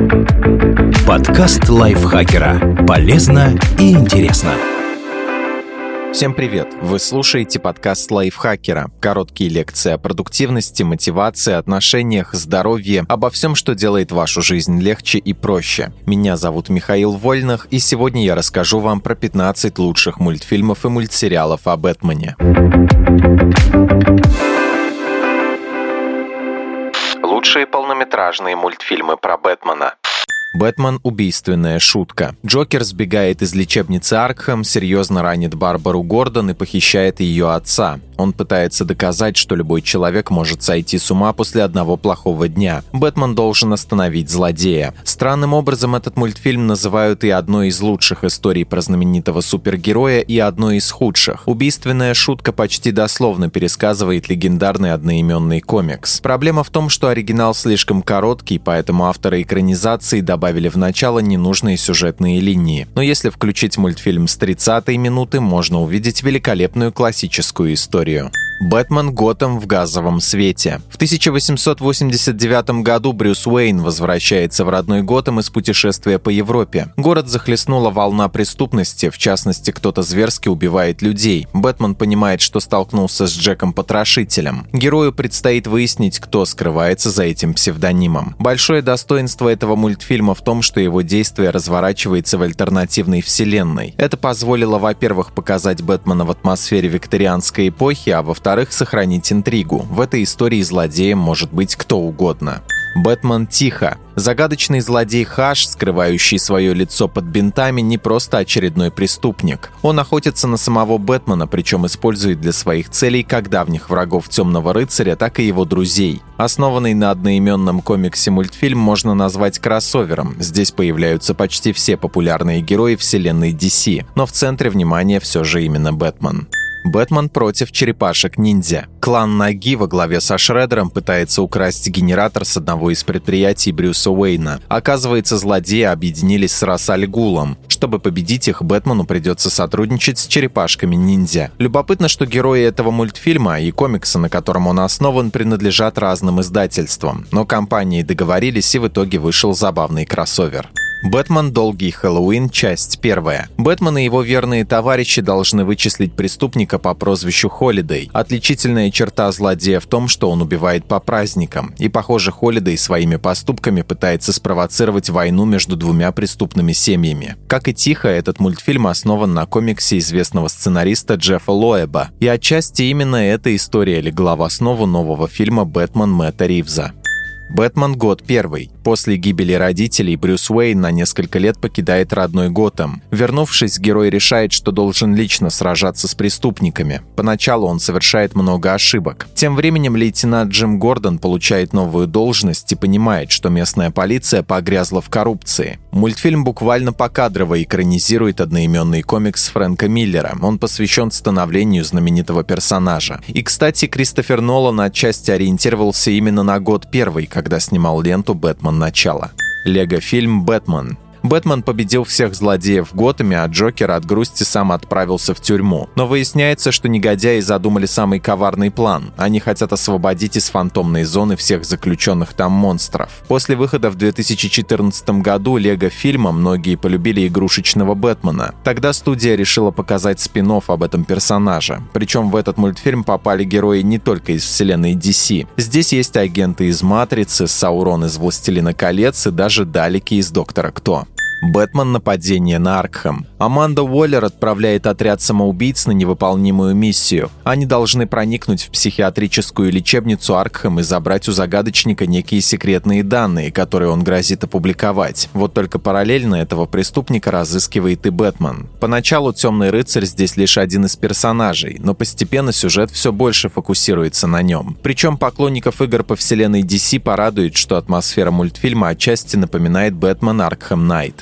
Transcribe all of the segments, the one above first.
Подкаст лайфхакера. Полезно и интересно. Всем привет! Вы слушаете подкаст лайфхакера. Короткие лекции о продуктивности, мотивации, отношениях, здоровье, обо всем, что делает вашу жизнь легче и проще. Меня зовут Михаил Вольных, и сегодня я расскажу вам про 15 лучших мультфильмов и мультсериалов о Бэтмене. Лучшие полнометражные мультфильмы про Бэтмена. «Бэтмен. Убийственная шутка». Джокер сбегает из лечебницы Аркхэм, серьезно ранит Барбару Гордон и похищает ее отца. Он пытается доказать, что любой человек может сойти с ума после одного плохого дня. Бэтмен должен остановить злодея. Странным образом этот мультфильм называют и одной из лучших историй про знаменитого супергероя, и одной из худших. «Убийственная шутка» почти дословно пересказывает легендарный одноименный комикс. Проблема в том, что оригинал слишком короткий, поэтому авторы экранизации добавили в начало ненужные сюжетные линии. Но если включить мультфильм с 30-й минуты, можно увидеть великолепную классическую историю. «Бэтмен. Готэм в газовом свете». В 1889 году Брюс Уэйн возвращается в родной Готэм из путешествия по Европе. Город захлестнула волна преступности, в частности, кто-то зверски убивает людей. Бэтмен понимает, что столкнулся с Джеком-потрошителем. Герою предстоит выяснить, кто скрывается за этим псевдонимом. Большое достоинство этого мультфильма в том, что его действие разворачивается в альтернативной вселенной. Это позволило, во-первых, показать Бэтмена в атмосфере викторианской эпохи, а во-вторых, сохранить интригу. В этой истории злодеем может быть кто угодно. «Бэтмен. Тихо». Загадочный злодей Хаш, скрывающий свое лицо под бинтами, не просто очередной преступник. Он охотится на самого Бэтмена, причем использует для своих целей как давних врагов Темного рыцаря, так и его друзей. Основанный на одноименном комиксе мультфильм можно назвать кроссовером. Здесь появляются почти все популярные герои вселенной DC, но в центре внимания все же именно Бэтмен. «Бэтмен против черепашек-ниндзя». Клан Наги во главе со Шреддером пытается украсть генератор с одного из предприятий Брюса Уэйна. Оказывается, злодеи объединились с Рас-аль-Гулом. Чтобы победить их, Бэтмену придется сотрудничать с черепашками-ниндзя. Любопытно, что герои этого мультфильма и комикса, на котором он основан, принадлежат разным издательствам. Но компании договорились, и в итоге вышел забавный кроссовер. «Бэтмен. Долгий Хэллоуин. Часть 1». Бэтмен и его верные товарищи должны вычислить преступника по прозвищу Холидей. Отличительная черта злодея в том, что он убивает по праздникам. И, похоже, Холидей своими поступками пытается спровоцировать войну между двумя преступными семьями. Как и «Тихо», этот мультфильм основан на комиксе известного сценариста Джеффа Лоэба. И отчасти именно эта история легла в основу нового фильма «Бэтмен» Мэтта Ривза. «Бэтмен. Год первый». После гибели родителей Брюс Уэйн на несколько лет покидает родной Готэм. Вернувшись, герой решает, что должен лично сражаться с преступниками. Поначалу он совершает много ошибок. Тем временем лейтенант Джим Гордон получает новую должность и понимает, что местная полиция погрязла в коррупции. Мультфильм буквально покадрово экранизирует одноименный комикс Фрэнка Миллера. Он посвящен становлению знаменитого персонажа. И, кстати, Кристофер Нолан отчасти ориентировался именно на год первый, когда снимал ленту «Бэтмен. Начало». Лего-фильм «Бэтмен». Бэтмен победил всех злодеев в Готэме, а Джокер от грусти сам отправился в тюрьму. Но выясняется, что негодяи задумали самый коварный план. Они хотят освободить из фантомной зоны всех заключенных там монстров. После выхода в 2014 году Лего-фильма многие полюбили игрушечного Бэтмена. Тогда студия решила показать спин-офф об этом персонаже. Причем в этот мультфильм попали герои не только из вселенной DC. Здесь есть агенты из «Матрицы», Саурон из «Властелина колец» и даже Далеки из «Доктора Кто». «Бэтмен. Нападение на Аркхэм». Аманда Уоллер отправляет отряд самоубийц на невыполнимую миссию. Они должны проникнуть в психиатрическую лечебницу Аркхэм и забрать у загадочника некие секретные данные, которые он грозит опубликовать. Вот только параллельно этого преступника разыскивает и Бэтмен. Поначалу Темный рыцарь здесь лишь один из персонажей, но постепенно сюжет все больше фокусируется на нем. Причем поклонников игр по вселенной DC порадует, что атмосфера мультфильма отчасти напоминает «Бэтмен. Аркхэм Найт».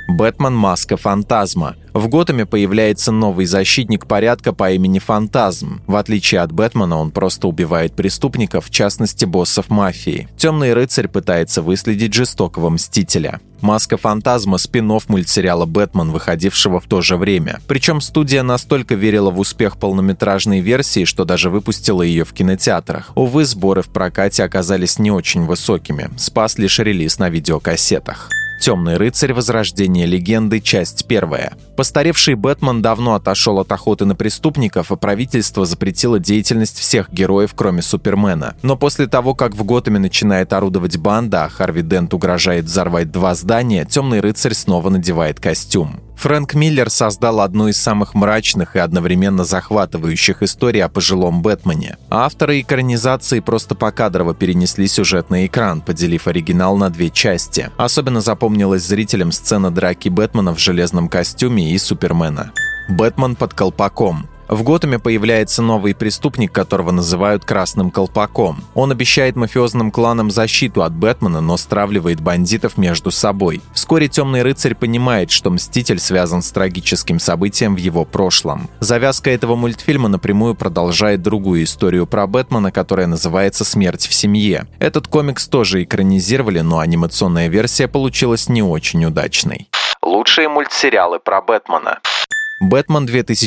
Бэтмен. Маска фантазма. В Готэме появляется новый защитник порядка по имени Фантазм. В отличие от Бэтмена, он просто убивает преступников, в частности боссов мафии. Темный рыцарь пытается выследить жестокого мстителя. Маска фантазма – спин-офф мультсериала «Бэтмен», выходившего в то же время. Причем студия настолько верила в успех полнометражной версии, что даже выпустила ее в кинотеатрах. Увы, сборы в прокате оказались не очень высокими. Спас лишь релиз на видеокассетах. «Темный рыцарь. Возрождение легенды. Часть 1». Постаревший Бэтмен давно отошел от охоты на преступников, и правительство запретило деятельность всех героев, кроме Супермена. Но после того, как в Готэме начинает орудовать банда, а Харви Дент угрожает взорвать 2 здания, «Темный рыцарь» снова надевает костюм. Фрэнк Миллер создал одну из самых мрачных и одновременно захватывающих историй о пожилом Бэтмене. Авторы экранизации просто покадрово перенесли сюжет на экран, поделив оригинал на 2 части. Особенно запомнилась зрителям сцена драки Бэтмена в железном костюме и Супермена. Бэтмен под колпаком. В Готэме появляется новый преступник, которого называют Красным Колпаком. Он обещает мафиозным кланам защиту от Бэтмена, но стравливает бандитов между собой. Вскоре Темный рыцарь понимает, что Мститель связан с трагическим событием в его прошлом. Завязка этого мультфильма напрямую продолжает другую историю про Бэтмена, которая называется «Смерть в семье». Этот комикс тоже экранизировали, но анимационная версия получилась не очень удачной. Лучшие мультсериалы про Бэтмена. «Бэтмен»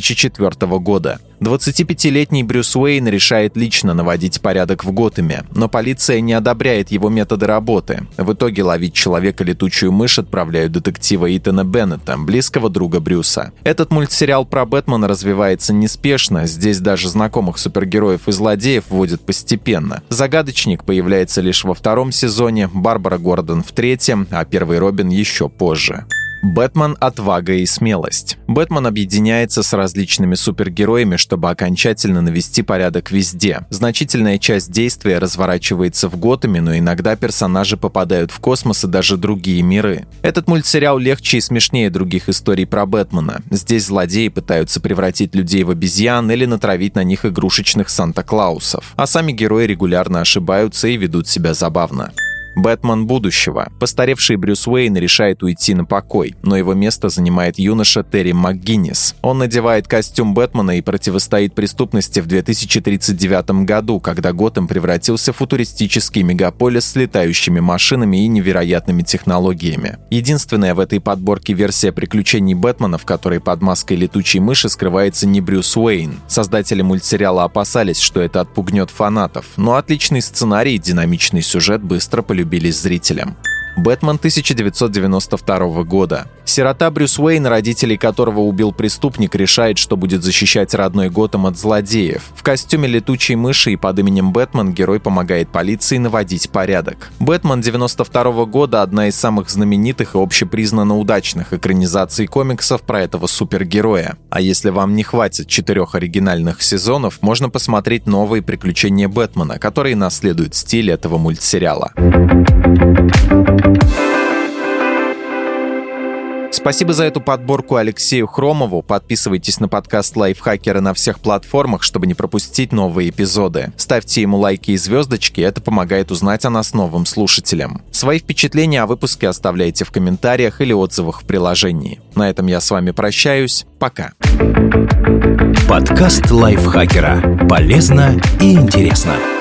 2004 года. 25-летний Брюс Уэйн решает лично наводить порядок в Готэме, но полиция не одобряет его методы работы. В итоге ловить человека-летучую мышь отправляют детектива Итана Беннета, близкого друга Брюса. Этот мультсериал про Бэтмена развивается неспешно, здесь даже знакомых супергероев и злодеев вводят постепенно. Загадочник появляется лишь во 2 сезоне, Барбара Гордон в 3, а первый Робин еще позже. «Бэтмен. Отвага и смелость». Бэтмен объединяется с различными супергероями, чтобы окончательно навести порядок везде. Значительная часть действия разворачивается в Готэме, но иногда персонажи попадают в космос и даже другие миры. Этот мультсериал легче и смешнее других историй про Бэтмена. Здесь злодеи пытаются превратить людей в обезьян или натравить на них игрушечных Санта-Клаусов. А сами герои регулярно ошибаются и ведут себя забавно. «Бэтмен будущего». Постаревший Брюс Уэйн решает уйти на покой, но его место занимает юноша Терри МакГиннис. Он надевает костюм Бэтмена и противостоит преступности в 2039 году, когда Готэм превратился в футуристический мегаполис с летающими машинами и невероятными технологиями. Единственная в этой подборке версия приключений Бэтмена, в которой под маской летучей мыши скрывается не Брюс Уэйн. Создатели мультсериала опасались, что это отпугнет фанатов, но отличный сценарий и динамичный сюжет быстро полюбились зрителям. «Бэтмен» 1992 года. Сирота Брюс Уэйн, родителей которого убил преступник, решает, что будет защищать родной Готэм от злодеев. В костюме летучей мыши и под именем Бэтмен герой помогает полиции наводить порядок. «Бэтмен» 1992 года – одна из самых знаменитых и общепризнанно удачных экранизаций комиксов про этого супергероя. А если вам не хватит 4 оригинальных сезонов, можно посмотреть новые приключения Бэтмена, которые наследуют стиль этого мультсериала. Спасибо за эту подборку Алексею Хромову. Подписывайтесь на подкаст Лайфхакера на всех платформах, чтобы не пропустить новые эпизоды. Ставьте ему лайки и звездочки, это помогает узнать о нас новым слушателям. Свои впечатления о выпуске оставляйте в комментариях или отзывах в приложении. На этом я с вами прощаюсь. Пока. Подкаст Лайфхакера. Полезно и интересно.